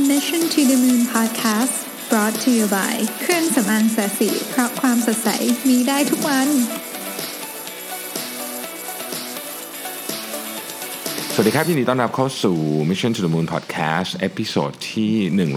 Mission to the Moon Podcast brought to you by เครื่องสำอางแสสีเพราะความสดใสมีได้ทุกวันสวัสดีครับยินดีต้อนรับเข้าสู่ Mission to the Moon Podcast เอพิโซดที่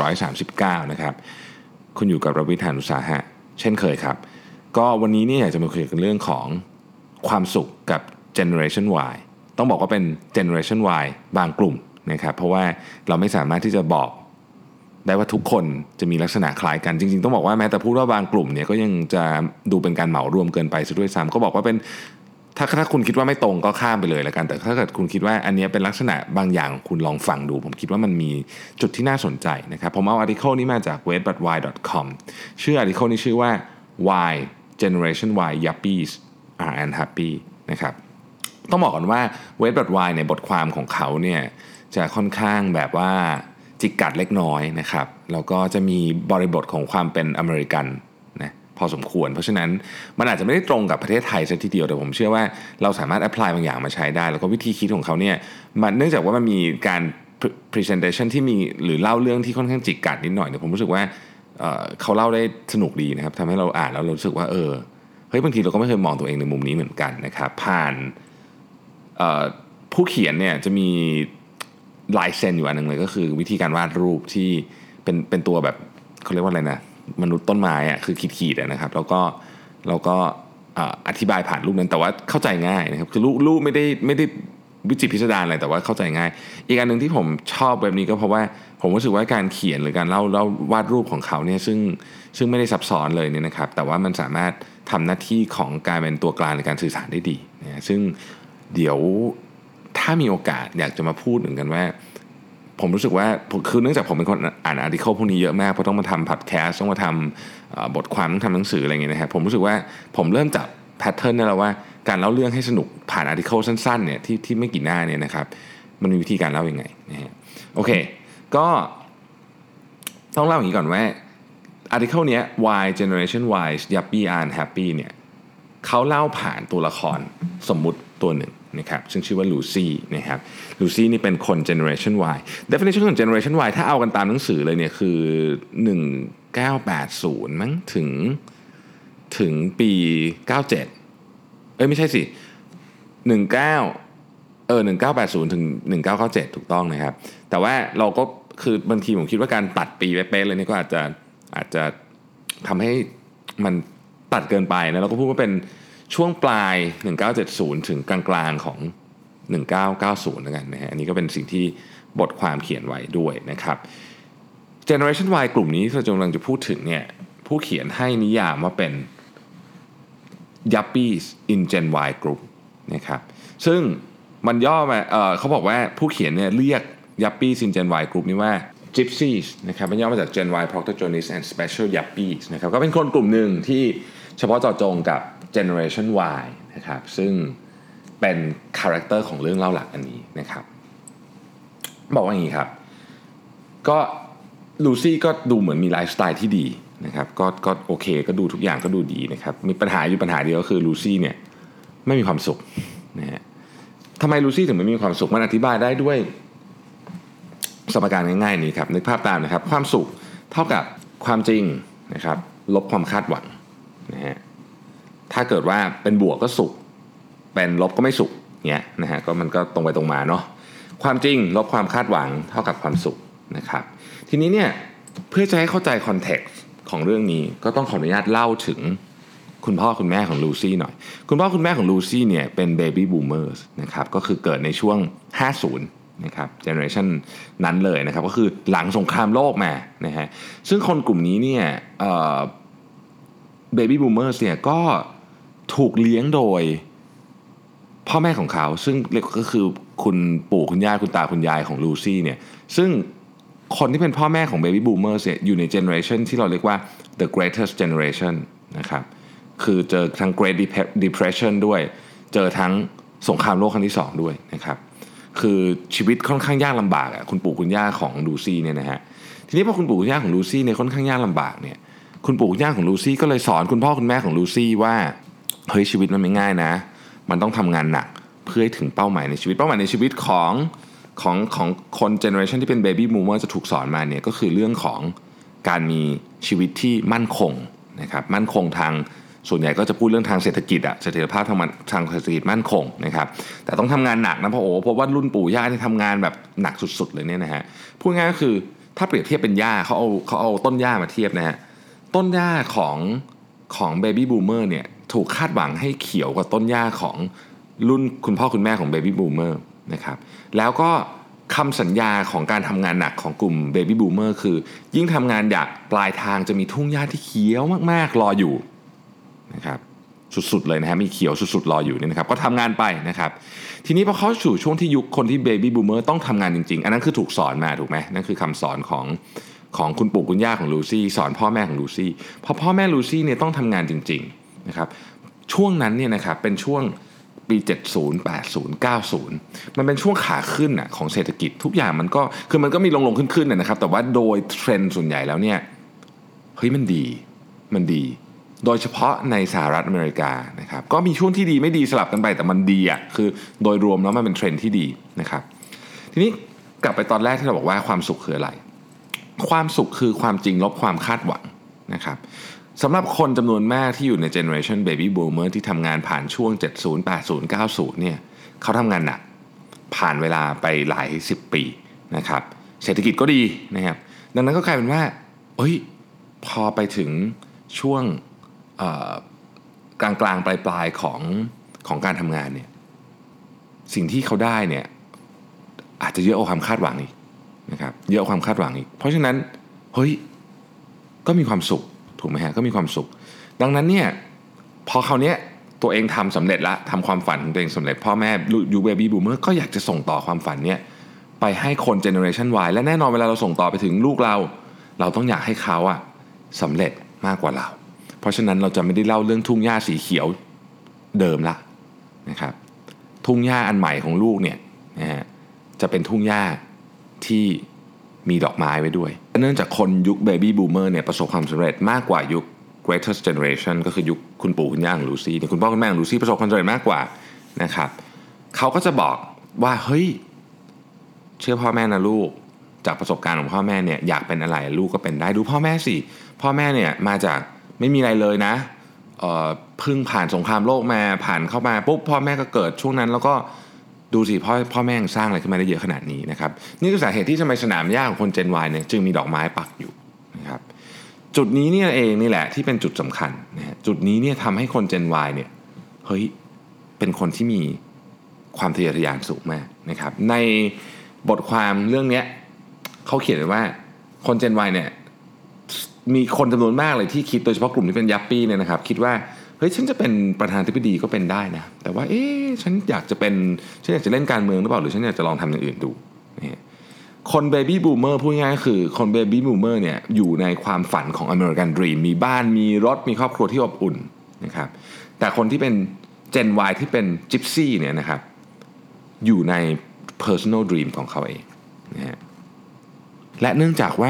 139นะครับคุณอยู่กับรวิทย์ หาญอุตสาหะเช่นเคยครับก็วันนี้เนี่ยอยากจะมาคุยกันเรื่องของความสุขกับ Generation Y ต้องบอกว่าเป็น Generation Y บางกลุ่มนะครับเพราะว่าเราไม่สามารถที่จะบอกได้ว่าทุกคนจะมีลักษณะคล้ายกันจริงๆต้องบอกว่าแม้แต่พูดว่าบางกลุ่มเนี่ยก็ยังจะดูเป็นการเหมารวมเกินไปซะด้วยซ้ำก็บอกว่าเป็นถ้าคุณคิดว่าไม่ตรงก็ข้ามไปเลยแล้วกันแต่ถ้าเกิดคุณคิดว่าอันนี้เป็นลักษณะบางอย่างคุณลองฟังดูผมคิดว่ามันมีจุดที่น่าสนใจนะครับผมเอาอาร์ติเคิลนี้มาจาก wait.y.com ชื่ออาร์ติเคิลนี้ชื่อว่า Why Generation Y Yuppies are Unhappy นะครับต้องบอกก่อนว่า wait.y ในบทความของเขาเนี่ยจะค่อนข้างแบบว่าจิกกัดเล็กน้อยนะครับแล้วก็จะมีบริบทของความเป็นอเมริกันนะพอสมควรเพราะฉะนั้นมันอาจจะไม่ได้ตรงกับประเทศไทยซะทีเดียวแต่ผมเชื่อว่าเราสามารถ apply บางอย่างมาใช้ได้แล้วก็วิธีคิดของเขาเนี่ยมันเนื่องจากว่ามันมีการ presentation ที่มีหรือเล่าเรื่องที่ค่อนข้างจิกกัดนิดหน่อยเนี่ยผมรู้สึกว่าเขาเล่าได้สนุกดีนะครับทำให้เราอ่านแล้วเรารู้สึกว่าเฮ้ยบางทีเราก็ไม่เคยมองตัวเองในมุมนี้เหมือนกันนะครับผ่านผู้เขียนเนี่ยจะมีลายเซ็นอยู่อันนึงเลยก็คือวิธีการวาดรูปที่เป็นตัวแบบเขาเรียกว่าอะไรนะมนุษย์ต้นไม้อะคือขีดๆนะครับแล้วก็อธิบายผ่านรูปนั้นแต่ว่าเข้าใจง่ายนะครับคือรูปไม่ได้วิจิตรพิสดารอะไรแต่ว่าเข้าใจง่ายอีกอันนึงที่ผมชอบแบบนี้ก็เพราะว่าผมรู้สึกว่าการเขียนหรือการเล่าวาดรูปของเขาเนี่ยซึ่งไม่ได้ซับซ้อนเลยเนี่ยนะครับแต่ว่ามันสามารถทำหน้าที่ของการเป็นตัวกลางในการสื่อสารได้ดีนะซึ่งเดี๋ยวถ้ามีโอกาสอยากจะมาพูดเหมือนกันว่าผมรู้สึกว่าคือเนื่องจากผมเป็นคนอ่านอาร์ติเคิลพวกนี้เยอะมากเพราะต้องมาทำพอดแคสต์ต้องมาทำบทความต้องทำหนังสืออะไรอย่างเงี้ยนะครับผมรู้สึกว่าผมเริ่มจับแพทเทิร์นได้แล้วว่าการเล่าเรื่องให้สนุกผ่านอาร์ติเคิลสั้นๆเนี่ยที่ไม่กี่หน้าเนี่ยนะครับมันมีวิธีการเล่ายังไงนะฮะโอเคก็ต้องเล่าอย่างนี้ก่อนว่าอาร์ติเคิลเนี้ย Why Generation Y Yuppie Aren't Happy เนี่ยเขาเล่าผ่านตัวละครสมมุติตัวหนึ่งนะครับซึ่งชื่อว่าลูซี่นะครับลูซี่นี่เป็นคน Generation Y definition ของ Generation Y ถ้าเอากันตามหนังสือเลยเนี่ยคือ1980มั้งถึงปี97ไม่ใช่สิ1980ถึง1997ถูกต้องนะครับแต่ว่าเราก็คือบางทีผมคิดว่าการตัดปีเป๊ะๆเลยนี่ก็อาจจะทำให้มันตัดเกินไปนะเราก็พูดว่าเป็นช่วงปลาย1970ถึงกลางๆของ1990แล้วกันนะฮะอันนี้ก็เป็นสิ่งที่บทความเขียนไว้ด้วยนะครับ Generation Y กลุ่มนี้ที่เรากำลังจะพูดถึงเนี่ยผู้เขียนให้นิยามว่าเป็น Yuppies in Gen Y Group นะครับซึ่งมันย่อมาเขาบอกว่าผู้เขียนเนี่ยเรียก Yuppies in Gen Y Group นี้ว่า Gypsies นะครับมันย่อมาจาก Gen Y Protagonists and Special Yuppies นะครับก็เป็นคนกลุ่มหนึ่งที่เฉพาะเจาะจงกับ Generation Y นะครับซึ่งเป็นคาแรคเตอร์ของเรื่องเล่าหลักอันนี้นะครับบอกว่าอย่างนี้ครับก็ลูซี่ก็ดูเหมือนมีไลฟ์สไตล์ที่ดีนะครับก็โอเคก็ดูทุกอย่างก็ดูดีนะครับมีปัญหาเดียวก็คือลูซี่เนี่ยไม่มีความสุขนะฮะทำไมลูซี่ถึงไม่มีความสุขมันอธิบายได้ด้วยสมการง่ายๆนี้ครับนึกภาพตามนะครับความสุขเท่ากับความจริงนะครับลบความคาดหวังนะฮะถ้าเกิดว่าเป็นบวกก็สุขเป็นลบก็ไม่สุขเงี้ยนะฮะก็มันก็ตรงไปตรงมาเนาะความจริงลบความคาดหวังเท่ากับความสุขนะครับทีนี้เนี่ยเพื่อจะให้เข้าใจคอนเท็กซ์ของเรื่องนี้ก็ต้องขออนุญาตเล่าถึงคุณพ่อคุณแม่ของลูซี่หน่อยคุณพ่อคุณแม่ของลูซี่เนี่ยเป็นเบบี้บูมเมอร์สนะครับก็คือเกิดในช่วง50นะครับเจเนอเรชันนั้นเลยนะครับก็คือหลังสงครามโลกมานะฮะซึ่งคนกลุ่มนี้เนี่ยเบบี้บูมเมอร์สเนี่ยก็ถูกเลี้ยงโดยพ่อแม่ของเขาซึ่งก็คือคุณปู่คุณย่าคุณตาคุณยายของลูซี่เนี่ยซึ่งคนที่เป็นพ่อแม่ของ Baby Boomers เนี่ยอยู่ใน generation ที่เราเรียกว่า the greatest generation นะครับคือเจอทั้ง Great Depression ด้วยเจอทั้งสงครามโลกครั้งที่2ด้วยนะครับคือชีวิตค่อนข้างยากลำบากอ่ะคุณปู่คุณย่าของลูซี่เนี่ยนะฮะทีนี้พอคุณปู่คุณย่าของลูซี่เนี่ยค่อนข้างยากลำบากเนี่ยคุณปู่คุณย่าของลูซี่ก็เลยสอนคุณพ่อคุณแม่ของลูซี่ว่าเฮ้ยชีวิตมันไม่ง่ายนะมันต้องทำงานหนักเพื่อให้ถึงเป้าหมายในชีวิตของของคนเจเนอเรชันที่เป็นเบบี้บูมเมอร์จะถูกสอนมาเนี่ยก็คือเรื่องของการมีชีวิตที่มั่นคงนะครับมั่นคงทางส่วนใหญ่ก็จะพูดเรื่องทางเศรษฐกิจเสถียรภาพทางเศรษฐกิจมั่นคงนะครับแต่ต้องทำงานหนักนะเพราะว่ารุ่นปู่ย่าที่ทำงานแบบหนักสุดๆเลยเนี่ยนะฮะพูดง่ายก็คือถ้าเปรียบเทียบเป็นหญ้าเขาเอาต้นหญ้ามาเทียบนะฮะต้นหญ้าของเบบี้บูมเมอร์เนี่ยถูกคาดหวังให้เขียวกว่าต้นหญ้าของรุ่นคุณพ่อคุณแม่ของเบบี้บูมเมอร์นะครับแล้วก็คำสัญญาของการทำงานหนักของกลุ่มเบบี้บูมเมอร์คือยิ่งทำงานอยากปลายทางจะมีทุ่งหญ้าที่เขียวมากๆรออยู่นะครับสุดๆเลยนะฮะมีเขียวสุดๆรออยู่นี่นะครับก็ทำงานไปนะครับทีนี้พอเข้าสู่ช่วงที่ยุคคนที่เบบี้บูมเมอร์ต้องทำงานจริงๆอันนั้นคือถูกสอนมาถูกไหมนั่นคือคำสอนของคุณปู่คุณย่าของลูซี่สอนพ่อแม่ของลูซี่พอพ่อแม่ลูซี่เนี่ยต้องทำงานจริงๆนะครับช่วงนั้นเนี่ยนะครับเป็นช่วงปี70 80 90มันเป็นช่วงขาขึ้นของเศรษฐกิจทุกอย่างมันก็มีลงขึ้นนะครับแต่ว่าโดยเทรนด์ส่วนใหญ่แล้วเนี่ยเฮ้ยมันดีโดยเฉพาะในสหรัฐอเมริกานะครับก็มีช่วงที่ดีไม่ดีสลับกันไปแต่มันดีคือโดยรวมแล้วมันเป็นเทรนด์ที่ดีนะครับทีนี้กลับไปตอนแรกที่เราบอกว่าความสุขคืออะไรความสุขคือความจริงลบความคาดหวังนะครับสำหรับคนจำนวนมากที่อยู่ในเจเนอเรชันเบบี้บูมเมอร์ที่ทำงานผ่านช่วง70 80 90เนี่ยเขาทำงานหนักผ่านเวลาไปหลาย10ปีนะครับเศรษฐกิจก็ดีนะครับดังนั้นก็กลายเป็นว่าพอไปถึงช่วงกลางปลายของการทำงานเนี่ยสิ่งที่เขาได้เนี่ยอาจจะเยอะกว่าความคาดหวังอีกนะครับเยอะกว่าความคาดหวังอีกเพราะฉะนั้นก็มีความสุขถูกไหมฮะก็มีความสุขดังนั้นเนี่ยพอคราวนี้ตัวเองทำสำเร็จละทำความฝันของตัวเองสำเร็จพ่อแม่ยูเบบี้บูมเมอร์ก็อยากจะส่งต่อความฝันเนี่ยไปให้คนเจเนอเรชัน Y และแน่นอนเวลาเราส่งต่อไปถึงลูกเราต้องอยากให้เขาสำเร็จมากกว่าเราเพราะฉะนั้นเราจะไม่ได้เล่าเรื่องทุ่งหญ้าสีเขียวเดิมละนะครับทุ่งหญ้าอันใหม่ของลูกเนี่ยนะฮะจะเป็นทุ่งหญ้าที่มีดอกไม้ไว้ด้วยเนื่องจากคนยุคเบบี้บูมเมอร์เนี่ยประสบความสำเร็จมากกว่ายุค greatest generation ก็คือยุคคุณปู่คุณย่าของลูซี่เนี่ยคุณพ่อคุณแม่ของลูซี่ประสบความสำเร็จมากกว่านะครับเขาก็จะบอกว่าเฮ้ยเชื่อพ่อแม่นะลูกจากประสบการณ์ของพ่อแม่เนี่ยอยากเป็นอะไรลูกก็เป็นได้ดูพ่อแม่สิพ่อแม่เนี่ยมาจากไม่มีอะไรเลยนะเพิ่งผ่านสงครามโลกมาผ่านเข้ามาปุ๊บพ่อแม่ก็เกิดช่วงนั้นแล้วก็ดูสิพ่อแม่สร้างอะไรขึ้นมาได้เยอะขนาดนี้นะครับนี่คือสาเหตุที่ทำไมสนามหญ้าของคน Gen Y เนี่ยจึงมีดอกไม้ปักอยู่นะครับจุดนี้เนี่ยเองนี่แหละที่เป็นจุดสำคัญนะฮะจุดนี้เนี่ยทำให้คน Gen Y เนี่ยเฮ้ยเป็นคนที่มีความทะเยอทะยานสูงมากนะครับในบทความเรื่องนี้เขาเขียนไว้ว่าคน Gen Y เนี่ยมีคนจำนวนมากเลยที่คิดโดยเฉพาะกลุ่มที่เป็นยัปปี้เนี่ยนะครับคิดว่าเฮ้ยฉันจะเป็นประธานาธิบดีก็เป็นได้นะแต่ว่าฉันอยากจะเล่นการเมืองหรือเปล่าหรือฉันอยากจะลองทำอย่างอื่นดูนี่คนเบบี้บูมเมอร์พูดง่ายๆคือคนเบบี้บูมเมอร์เนี่ยอยู่ในความฝันของอเมริกันดรีมมีบ้านมีรถมีครอบครัวที่อบอุ่นนะครับแต่คนที่เป็น Gen Y ที่เป็นจิปซี่เนี่ยนะครับอยู่ใน personal dream ของเขาเองนะฮะและเนื่องจากว่า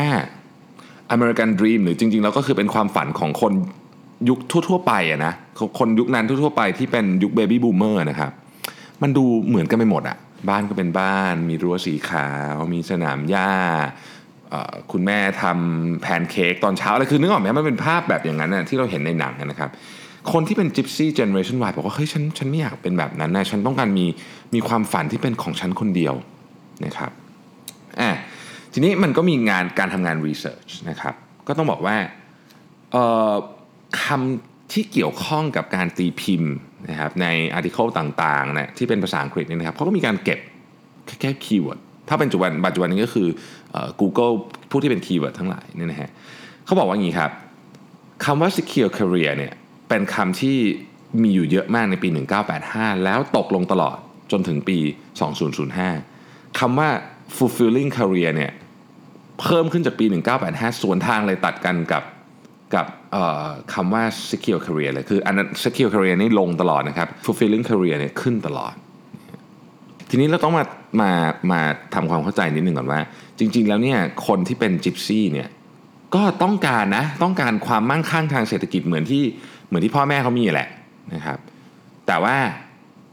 American Dream หรือจริงๆแล้วก็คือเป็นความฝันของคนยุคทั่วๆไปนะคนยุคนั้นทั่วๆไปที่เป็นยุค Baby Boomer นะครับมันดูเหมือนกันไปหมดบ้านก็เป็นบ้านมีรั้วสีขาวมีสนามหญ้าคุณแม่ทำแพนเค้กตอนเช้าอะไรคือนึกออกไหมมันเป็นภาพแบบอย่างนั้นที่เราเห็นในหนังนะครับคนที่เป็น Gypsy Generation Y บอกว่าเฮ้ยฉันไม่อยากเป็นแบบนั้นนะฉันต้องการมีความฝันที่เป็นของฉันคนเดียวนะครับทีนี้มันก็มีการทำงาน research นะครับก็ต้องบอกว่าคำที่เกี่ยวข้องกับการตีพิมพ์นะครับใน article ต่างๆนะที่เป็นภาษาอังกฤษเนี่ยนะครับเขาก็มีการเก็บแค่คีย์เวิร์ดถ้าเป็นปัจจุบันนี้ก็คือGoogle ผู้ที่เป็นคีย์เวิร์ดทั้งหลายเนี่ยนะฮะเขาบอกว่าอย่างนี้ครับคำว่า secure career เนี่ยเป็นคำที่มีอยู่เยอะมากในปี1985แล้วตกลงตลอดจนถึงปี2005คำว่า fulfilling career เนี่ยเพิ่มขึ้นจากปี1985สวนทางเลยตัดกันกับคำว่า secure career เลยคืออันนั้น secure career นี่ลงตลอดนะครับ fulfilling career เนี่ยขึ้นตลอดทีนี้เราต้องมาทำความเข้าใจนิดนึงก่อนว่าจริงๆแล้วเนี่ยคนที่เป็น gypsy เนี่ยก็ต้องการความมั่งคั่งทางเศรษฐกิจเหมือนที่พ่อแม่เขามีแหละนะครับแต่ว่า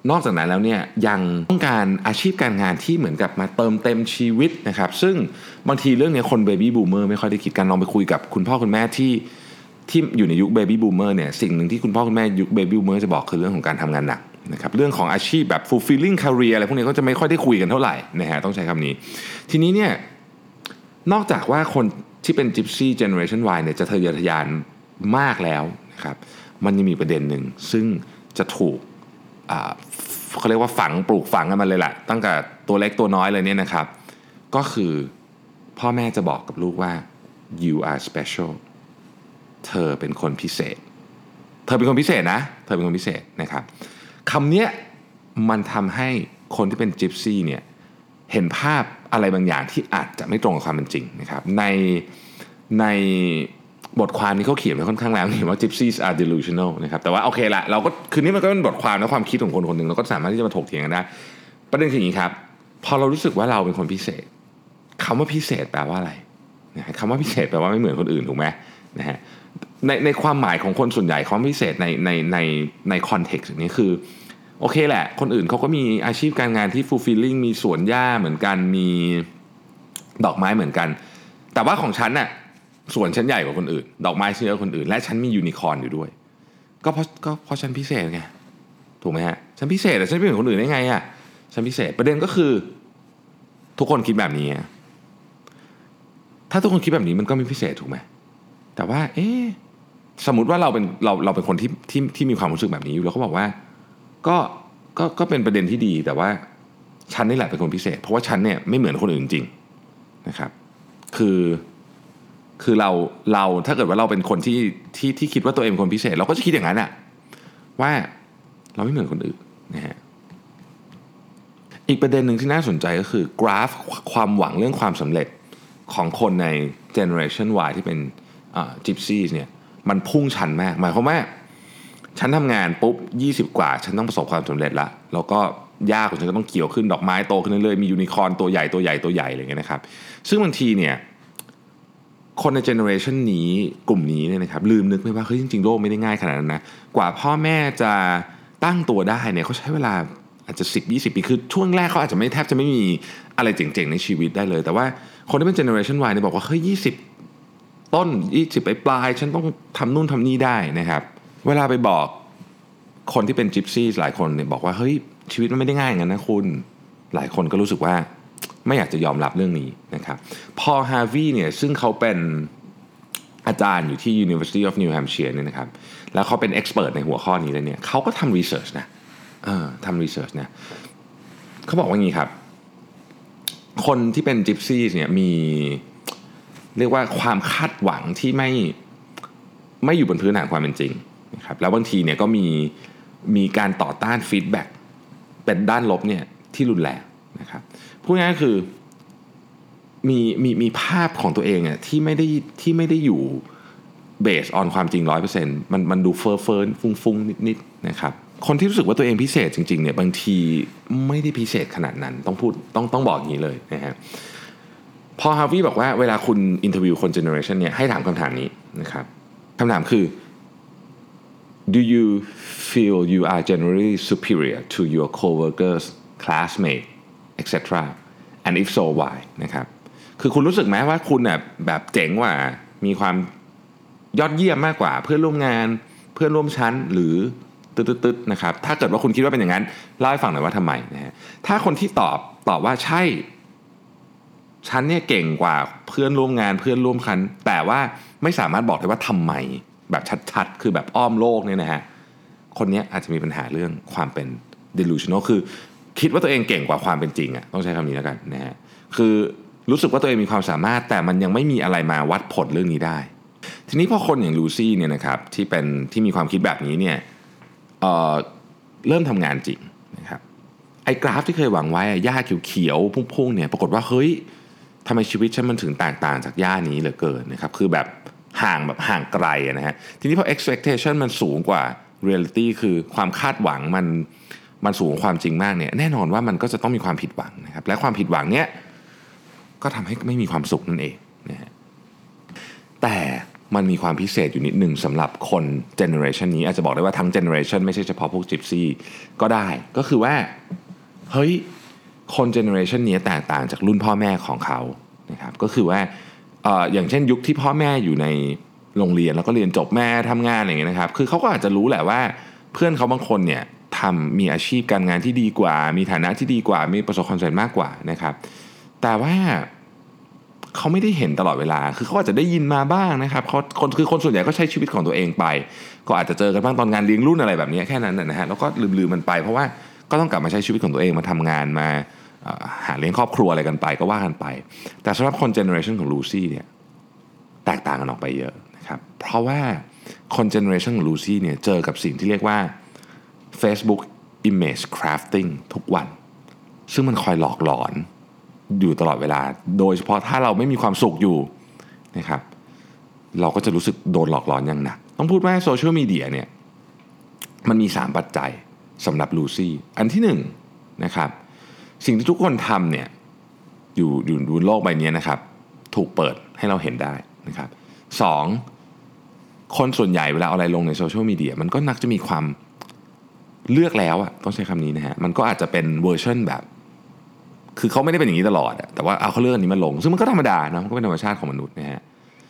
นอกจากนั้นแล้วเนี่ยยังต้องการอาชีพการงานที่เหมือนกับมาเติมเต็มชีวิตนะครับซึ่งบางทีเรื่องนี้คนเบบี้บูมเมอร์ไม่ค่อยได้คิดกันลองไปคุยกับคุณพ่อคุณแม่ที่อยู่ในยุคเบบี้บูมเมอร์เนี่ยสิ่งหนึ่งที่คุณพ่อคุณแม่ยุคเบบี้บูมเมอร์จะบอกคือเรื่องของการทำงานหนักนะครับเรื่องของอาชีพแบบ fulfilling career อะไรพวกนี้ก็จะไม่ค่อยได้คุยกันเท่าไหร่นะฮะต้องใช้คำนี้ทีนี้เนี่ยนอกจากว่าคนที่เป็น Gypsy Generation Y เนี่ยจะทะเยอทะยานมากแล้วนะครับมันยังมีประเด็นหนึ่งซึ่งจะถูกเขาเรียกว่าปลูกฝังกันมาเลยแหละตั้งแต่ตัวเล็กตัวน้อยเลยเนี่ยนะครับก็คือพ่อแม่จะบอกกับลูกว่า you are special เธอเป็นคนพิเศษเธอเป็นคนพิเศษนะเธอเป็นคนพิเศษนะครับคำนี้มันทำให้คนที่เป็นจิปซี่เนี่ยเห็นภาพอะไรบางอย่างที่อาจจะไม่ตรงกับความเป็นจริงนะครับในบทความนี้เขาเขียนไว้ค่อนข้างแล้วว่า Gypsies are delusional นะครับแต่ว่าโอเคละเราก็คืนนี้มันก็เป็นบทความและความคิดของคนคนหนึ่งเราก็สามารถที่จะมาถกเถียงกันได้ประเด็นคืออย่างนี้ครับพอเรารู้สึกว่าเราเป็นคนพิเศษคำว่าพิเศษแปลว่าอะไรนะคำว่าพิเศษแปลว่าไม่เหมือนคนอื่นถูกไหมนะฮะในความหมายของคนส่วนใหญ่ความพิเศษในคอนเท็กซ์นี้คือโอเคแหละคนอื่นเขาก็มีอาชีพการงานที่ fulfilling มีสวนหญ้าเหมือนกันมีดอกไม้เหมือนกันแต่ว่าของฉันน่ะสวนฉันใหญ่กว่าคนอื่นดอกไม้ฉันเยอะกว่าคนอื่นและฉันมียูนิคอร์นอยู่ด้วยก็เพราะฉันพิเศษไงถูกไหมฮะฉันพิเศษแต่ฉันไม่เหมือนคนอื่นได้ไงอ่ะฉันพิเศษประเด็นก็คือทุกคนคิดแบบนี้ถ้าทุกคนคิดแบบนี้มันก็ไม่พิเศษถูกไหมแต่ว่าสมมติว่าเราเป็นคนที่มีความรู้สึกแบบนี้อยู่แล้วก็บอกว่าก็เป็นประเด็นที่ดีแต่ว่าฉันนี่แหละเป็นคนพิเศษเพราะว่าฉันเนี่ยไม่เหมือนคนอื่นจริงนะครับคือเราถ้าเกิดว่าเราเป็นคนที่คิดว่าตัวเองเป็นคนพิเศษเราก็จะคิดอย่างนั้นอะว่าเราไม่เหมือนคนอื่นนะฮะอีกประเด็นหนึ่งที่น่าสนใจก็คือกราฟความหวังเรื่องความสำเร็จของคนใน Generation Y ที่เป็นGypsies เนี่ยมันพุ่งชันมากหมายความว่าฉันทำงานปุ๊บ20กว่าฉันต้องประสบความสำเร็จละแล้วก็ยากของฉันก็ต้องเกี่ยวขึ้นดอกไม้โตขึ้นเรื่อยๆมียูนิคอร์นตัวใหญ่อะไรอย่างเงี้ยนะครับซึ่งบางทีเนี่ยคนในเจเนอเรชันนี้กลุ่มนี้เนี่ยนะครับลืมนึกไปว่าเฮ้ยจริงๆโลกไม่ได้ง่ายขนาดนั้นนะกว่าพ่อแม่จะตั้งตัวได้เนี่ยเขาใช้เวลาอาจจะ 10-20 ปีคือช่วงแรกเขาอาจจะแทบจะไม่มีอะไรเจ๋งๆในชีวิตได้เลยแต่ว่าคนที่เป็นเจเนอเรชัน Y เนี่ยบอกว่าเฮ้ย20ต้น20ปลายฉันต้องทำนู่นทำนี่ได้นะครับเวลาไปบอกคนที่เป็นจิปซี่หลายคนเนี่ยบอกว่าเฮ้ยชีวิตมันไม่ได้ง่ายอย่างนั้นนะคุณหลายคนก็รู้สึกว่าไม่อยากจะยอมรับเรื่องนี้นะครับพอฮาร์วีย์เนี่ยซึ่งเขาเป็นอาจารย์อยู่ที่ University of New Hampshire เนี่ยนะครับแล้วเขาเป็นเอ็กซ์เพิร์ทในหัวข้อนี้เลยเนี่ยเขาก็ทำรีเสิร์ชนะทำรีเสิร์ชนะเขาบอกว่างี้ครับคนที่เป็นจิปซี่เนี่ยมีเรียกว่าความคาดหวังที่ไม่อยู่บนพื้นฐานความเป็นจริงนะครับแล้วบางทีเนี่ยก็มีการต่อต้านฟีดแบ็กเป็นด้านลบเนี่ยที่รุนแรงนะครับพูดง่ายๆคือมีภาพของตัวเองอ่ะที่ไม่ได้อยู่เบสออนความจริง 100% มันดูเฟ้อฟุ้งนิดๆนะครับคนที่รู้สึกว่าตัวเองพิเศษจริงๆเนี่ยบางทีไม่ได้พิเศษขนาดนั้นต้องบอกอย่างนี้เลยนะฮะพอฮาร์วีย์บอกว่าเวลาคุณอินเทอร์วิวคนเจเนอเรชันเนี่ยให้ถามคำถามนี้นะครับคำถามคือ Do you feel you are generally superior to your coworkers, classmates, etc. and if so why นะครับคือคุณรู้สึกไหมว่าคุณเนี่ยแบบเจ๋งกว่ามีความยอดเยี่ยมมากกว่าเพื่อนร่วมงานเพื่อนร่วมชั้นหรือตึ๊ดๆนะครับถ้าเกิดว่าคุณคิดว่าเป็นอย่างนั้นเล่าให้ฟังหน่อยว่าทำไมนะฮะถ้าคนที่ตอบว่าใช่ฉันเนี่ยเก่งกว่าเพื่อนร่วมงานเพื่อนร่วมชั้นแต่ว่าไม่สามารถบอกได้ว่าทำไมแบบชัดๆคือแบบอ้อมโลกเนี่ยนะฮะคนนี้อาจจะมีปัญหาเรื่องความเป็น delusional คือคิดว่าตัวเองเก่งกว่าความเป็นจริงอ่ะต้องใช้คำนี้แล้วกันนะฮะคือรู้สึกว่าตัวเองมีความสามารถแต่มันยังไม่มีอะไรมาวัดผลเรื่องนี้ได้ทีนี้พอคนอย่างลูซี่เนี่ยนะครับที่มีความคิดแบบนี้เนี่ยเริ่มทำงานจริงนะครับไอ้กราฟที่เคยหวังไว้หญ้าเขียวๆพุ่งๆเนี่ยปรากฏว่าเฮ้ยทำไมชีวิตฉันมันถึงแตกต่างจากหญ้านี้เหลือเกินนะครับคือแบบห่างไกลนะฮะทีนี้พอ expectation มันสูงกว่า reality คือความคาดหวังมันสูงความจริงมากเนี่ยแน่นอนว่ามันก็จะต้องมีความผิดหวังนะครับและความผิดหวังเนี่ยก็ทำให้ไม่มีความสุขนั่นเองนะฮะแต่มันมีความพิเศษอยู่นิดหนึ่งสำหรับคนเจเนอเรชันนี้อาจจะบอกได้ว่าทั้งเจเนอเรชันไม่ใช่เฉพาะพวกจิปซี่ก็ได้ก็คือว่าเฮ้ยคนเจเนอเรชันนี้แตกต่างจากรุ่นพ่อแม่ของเขานะครับก็คือว่าอย่างเช่นยุคที่พ่อแม่อยู่ในโรงเรียนแล้วก็เรียนจบแม่ทำงานอย่างเงี้ยนะครับคือเขาก็อาจจะรู้แหละว่าเพื่อนเขาบางคนเนี่ยมีอาชีพการงานที่ดีกว่ามีฐานะที่ดีกว่ามีประสบความสำเร็จมากกว่านะครับแต่ว่าเขาไม่ได้เห็นตลอดเวลาคือเขาอาจจะได้ยินมาบ้างนะครับคนส่วนใหญ่ก็ใช้ชีวิตของตัวเองไปก็อาจจะเจอกันบ้างตอนงานเลี้ยงรุ่นอะไรแบบนี้แค่นั้นนะฮะแล้วก็ลืมมันไปเพราะว่าก็ต้องกลับมาใช้ชีวิตของตัวเองมาทำงานมาหาเลี้ยงครอบครัวอะไรกันไปก็ว่ากันไปแต่สำหรับคนเจเนอเรชันของลูซี่เนี่ยแตกต่างกันออกไปเยอะนะครับเพราะว่าคนเจเนอเรชันของลูซี่เนี่ยเจอกับสิ่งที่เรียกว่า Facebook Image Crafting ทุกวันซึ่งมันคอยหลอกหลอนอยู่ตลอดเวลาโดยเฉพาะถ้าเราไม่มีความสุขอยู่นะครับเราก็จะรู้สึกโดนหลอกหลอนอย่างหนักต้องพูดว่าโซเชียลมีเดียเนี่ยมันมี3ปัจจัยสำหรับลูซี่อันที่1นะครับสิ่งที่ทุกคนทำเนี่ยอยู่บนโลกใบนี้นะครับถูกเปิดให้เราเห็นได้นะครับ2คนส่วนใหญ่เวลาเอาอะไรลงในโซเชียลมีเดียมันก็นักจะมีความเลือกแล้วอะต้องใช้คำนี้นะฮะมันก็อาจจะเป็นเวอร์ชันแบบคือเขาไม่ได้เป็นอย่างนี้ตลอดแต่ว่าเอาเขาเลือกอันนี้มาลงซึ่งมันก็ธรรมดานะมันก็เป็นธรรมชาติของมนุษย์นะฮะ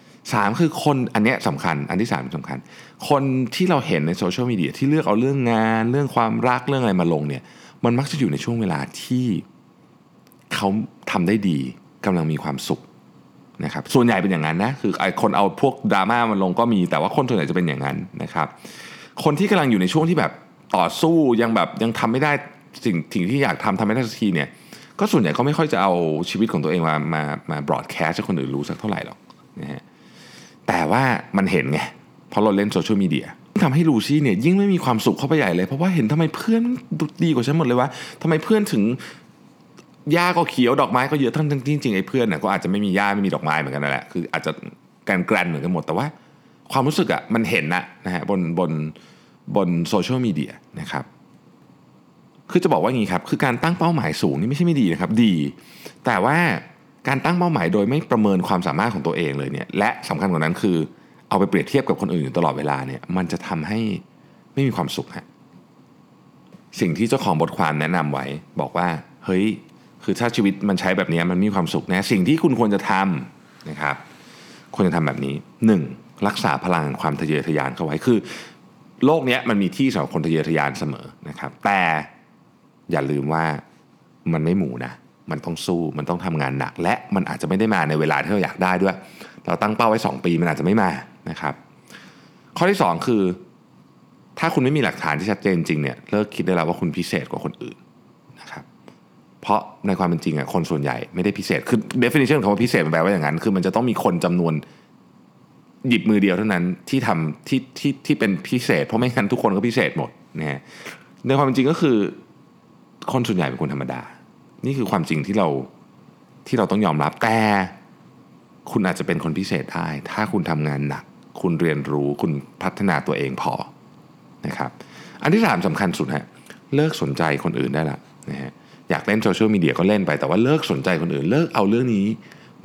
3คือคนอันเนี้ยสำคัญอันที่3สำคัญคนที่เราเห็นในโซเชียลมีเดียที่เลือกเอาเรื่องงานเรื่องความรักเรื่องอะไรมาลงเนี่ยมันมักจะอยู่ในช่วงเวลาที่เขาทำได้ดีกำลังมีความสุขนะครับส่วนใหญ่เป็นอย่างนั้นนะคือไอ้คนเอาพวกดราม่ามาลงก็มีแต่ว่าคนส่วนใหญ่จะเป็นอย่างนั้นนะครับคนที่กำลังอยู่ในช่วงที่แบบต่อสู้ยังทำไม่ได้สิ่งที่อยากทำไม่ได้สักทีเนี่ยก็ส่วนใหญ่ก็ไม่ค่อยจะเอาชีวิตของตัวเองมาบรอดแคสต์ให้คนอื่นรู้สักเท่าไหร่หรอกนะฮะแต่ว่ามันเห็นไงเพราะเราเล่นโซเชียลมีเดียทำให้ลูซี่เนี่ยยิ่งไม่มีความสุขเข้าไปใหญ่เลยเพราะว่าเห็นทำไมเพื่อนดีกว่าฉันหมดเลยวะทำไมเพื่อนถึงหญ้าก็เขียวดอกไม้ก็เยอะทั้งจริงๆไอ้เพื่อนน่ะก็อาจจะไม่มีหญ้าไม่มีดอกไม้เหมือนกันนั่นแหละคืออาจจะแกรนเหมือนกันหมดแต่ว่าความรู้สึกอ่ะมันเห็นนะฮะบนโซเชียลมีเดียนะครับคือจะบอกว่าอย่างนี้ครับคือการตั้งเป้าหมายสูงนี่ไม่ใช่ไม่ดีนะครับดีแต่ว่าการตั้งเป้าหมายโดยไม่ประเมินความสามารถของตัวเองเลยเนี่ยและสำคัญกว่านั้นคือเอาไปเปรียบเทียบกับคนอื่นอยู่ตลอดเวลาเนี่ยมันจะทำให้ไม่มีความสุขฮะสิ่งที่เจ้าของบทความแนะนำไว้บอกว่าเฮ้ยคือถ้าชีวิตมันใช้แบบนี้มันมีความสุขนะสิ่งที่คุณควรจะทำนะครับควรจะทำแบบนี้ 1. รักษาพลังความทะเยอทะยานเข้าไว้คือโลกนี้มันมีที่สำหรับคนทะเยอทะยานเสมอนะครับแต่อย่าลืมว่ามันไม่หมูนะมันต้องสู้มันต้องทำงานหนักและมันอาจจะไม่ได้มาในเวลาที่เราอยากได้ด้วยเราตั้งเป้าไว้2 ปีมันอาจจะไม่มานะครับข้อที่2คือถ้าคุณไม่มีหลักฐานที่ชัดเจนจริงเนี่ยเลิกคิดได้แล้วว่าคุณพิเศษกว่าคนอื่นนะครับเพราะในความเป็นจริงคนส่วนใหญ่ไม่ได้พิเศษคือ definition ของคำว่าพิเศษมันแปลว่าอย่างนั้นคือมันจะต้องมีคนจำนวนหยิบมือเดียวเท่านั้นที่ทำที่เป็นพิเศษเพราะไม่งั้นทุกคนก็พิเศษหมดนะฮะในความเป็นจริงก็คือคนส่วนใหญ่เป็นคนธรรมดานี่คือความจริงที่เราต้องยอมรับแต่คุณอาจจะเป็นคนพิเศษได้ถ้าคุณทำงานหนักคุณเรียนรู้คุณพัฒนาตัวเองพอนะครับอันที่3สำคัญสุดฮะเลิกสนใจคนอื่นได้ละนะฮะอยากเล่นโซเชียลมีเดียก็เล่นไปแต่ว่าเลิกสนใจคนอื่นเลิกเอาเรื่องนี้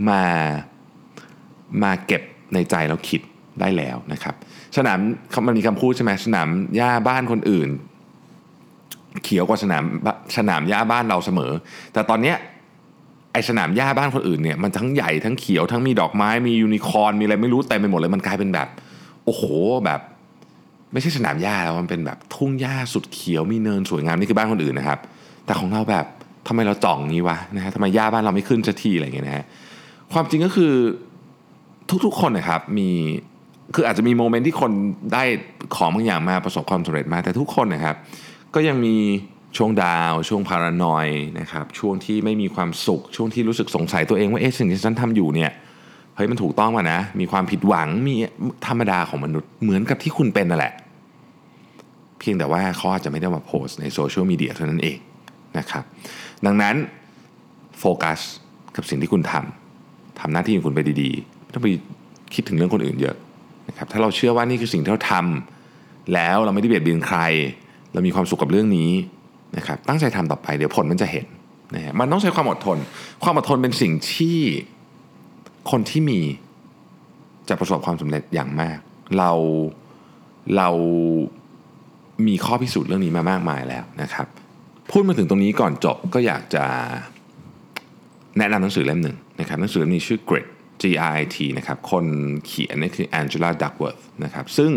มาเก็บในใจแล้วคิดได้แล้วนะครับมันมีคำพูดใช่ไหมสนามหญ้าบ้านคนอื่นเขียวกว่าสนามหญ้าบ้านเราเสมอแต่ตอนเนี้ยไอ้สนามหญ้าบ้านคนอื่นเนี่ยมันทั้งใหญ่ทั้งเขียวทั้งมีดอกไม้มียูนิคอร์นมีอะไรไม่รู้เต็มไปหมดเลยมันกลายเป็นแบบโอ้โหแบบไม่ใช่สนามหญ้าแล้วมันเป็นแบบทุ่งหญ้าสุดเขียวมีเนินสวยงามนี่คือบ้านคนอื่นนะครับแต่ของเราแบบทำไมเราจ่องงี้วะนะฮะทำไมหญ้าบ้านเราไม่ขึ้นสักทีอะไรอย่างเงี้ยนะฮะความจริงก็คือทุกคนนะครับคืออาจจะมีโมเมนต์ที่คนได้ของบางอย่างมาประสบความสำเร็จมาแต่ทุกคนนะครับก็ยังมีช่วงดาวช่วงพารานอยนะครับช่วงที่ไม่มีความสุขช่วงที่รู้สึกสงสัยตัวเองว่าสิ่งที่ฉันทำอยู่เนี่ยเฮ้ยมันถูกต้องป่ะนะมีความผิดหวังมีธรรมดาของมนุษย์เหมือนกับที่คุณเป็นนั่นแหละเพียงแต่ว่าเขาอาจจะไม่ได้มาโพสต์ในโซเชียลมีเดียเท่านั้นเองนะครับดังนั้นโฟกัสกับสิ่งที่คุณทำหน้าที่ของคุณไปดีๆไม่ต้องไปคิดถึงเรื่องคนอื่นเยอะนะครับถ้าเราเชื่อว่านี่คือสิ่งที่เราทำแล้วเราไม่ได้เบียดเบียนใครเรามีความสุขกับเรื่องนี้นะครับตั้งใจทำต่อไปเดี๋ยวผลมันจะเห็นนะฮะมันต้องใช้ความอดทนเป็นสิ่งที่คนที่มีจะประสบความสำเร็จอย่างมากเรามีข้อพิสูจน์เรื่องนี้มามากมายแล้วนะครับพูดมาถึงตรงนี้ก่อนจบก็อยากจะแนะนำหนังสือเล่มหนึ่งนะครับหนังสือเล่มนี้ชื่อ Grit G-R-I-T นะครับคนเขียนนี่คือ Angela Duckworth นะครับซึ่ง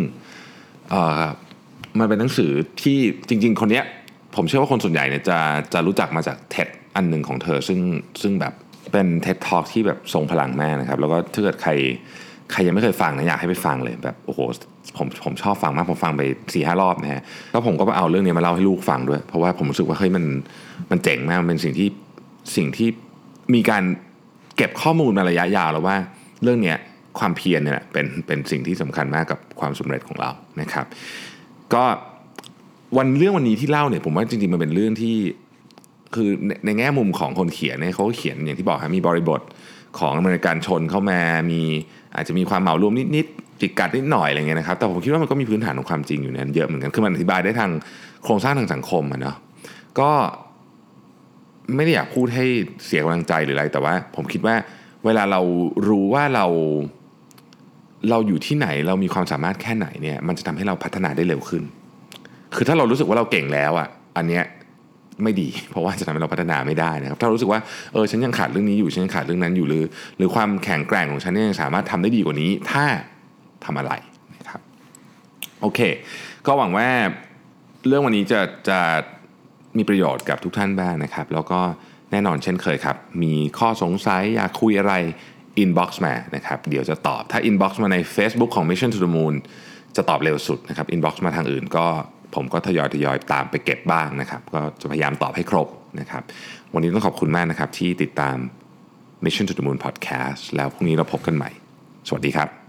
มันเป็นหนังสือที่จริงๆคนเนี้ยผมเชื่อว่าคนส่วนใหญ่เนี่ยจะรู้จักมาจาก TED อันหนึ่งของเธอซึ่งแบบเป็น TED Talk ที่แบบทรงพลังมากนะครับแล้วก็ถ้าเกิดใครยังไม่เคยฟังนะอยากให้ไปฟังเลยแบบโอ้โหผมชอบฟังมากผมฟังไป 4-5 รอบนะฮะแล้วผมก็เอาเรื่องนี้มาเล่าให้ลูกฟังด้วยเพราะว่าผมรู้สึกว่าเฮ้ยมันเจ๋งมากมันเป็นสิ่งที่มีการเก็บข้อมูลมาระยะยาวแล้วว่าเรื่องนี้ความเพียรเนี่ยเป็นสิ่งที่สำคัญมากกับความสำเร็จของเรานะครับก็เรื่องวันนี้ที่เล่าเนี่ยผมว่าจริงๆมันเป็นเรื่องที่คือในแง่มุมของคนเขียนเนี่ยเขาเขียนอย่างที่บอกครับมีบริบทของอเมริกันชนเข้ามาอาจจะมีความเหมารวมนิดๆจิกกัดนิดหน่อยอะไรเงี้ยนะครับแต่ผมคิดว่ามันก็มีพื้นฐานของความจริงอยู่นั้นเยอะเหมือนกันคือมันอธิบายได้ทางโครงสร้างทางสังคมอะเนาะก็ไม่ได้อยากพูดให้เสียกำลังใจหรืออะไรแต่ว่าผมคิดว่าเวลาเรารู้ว่าเราอยู่ที่ไหนเรามีความสามารถแค่ไหนเนี่ยมันจะทำให้เราพัฒนาได้เร็วขึ้นคือถ้าเรารู้สึกว่าเราเก่งแล้วอ่ะอันเนี้ยไม่ดีเพราะว่าจะทำให้เราพัฒนาไม่ได้นะครับถ้ารู้สึกว่าฉันยังขาดเรื่องนี้อยู่ฉันยังขาดเรื่องนั้นอยู่หรือความแข็งแกร่งของฉันเนี่ยยังสามารถทำได้ดีกว่านี้ถ้าทำอะไรนะครับโอเคก็หวังว่าเรื่องวันนี้จะมีประโยชน์กับทุกท่านบ้างนะครับแล้วก็แน่นอนเช่นเคยครับมีข้อสงสัยอยากคุยอะไร inbox มานะครับเดี๋ยวจะตอบถ้า inbox มาใน Facebook ของ Mission to the Moon จะตอบเร็วสุดนะครับ inbox มาทางอื่นก็ผมก็ทยอยตามไปเก็บบ้างนะครับก็จะพยายามตอบให้ครบนะครับวันนี้ต้องขอบคุณมากนะครับที่ติดตาม Mission to the Moon Podcast แล้วพรุ่งนี้เราพบกันใหม่สวัสดีครับ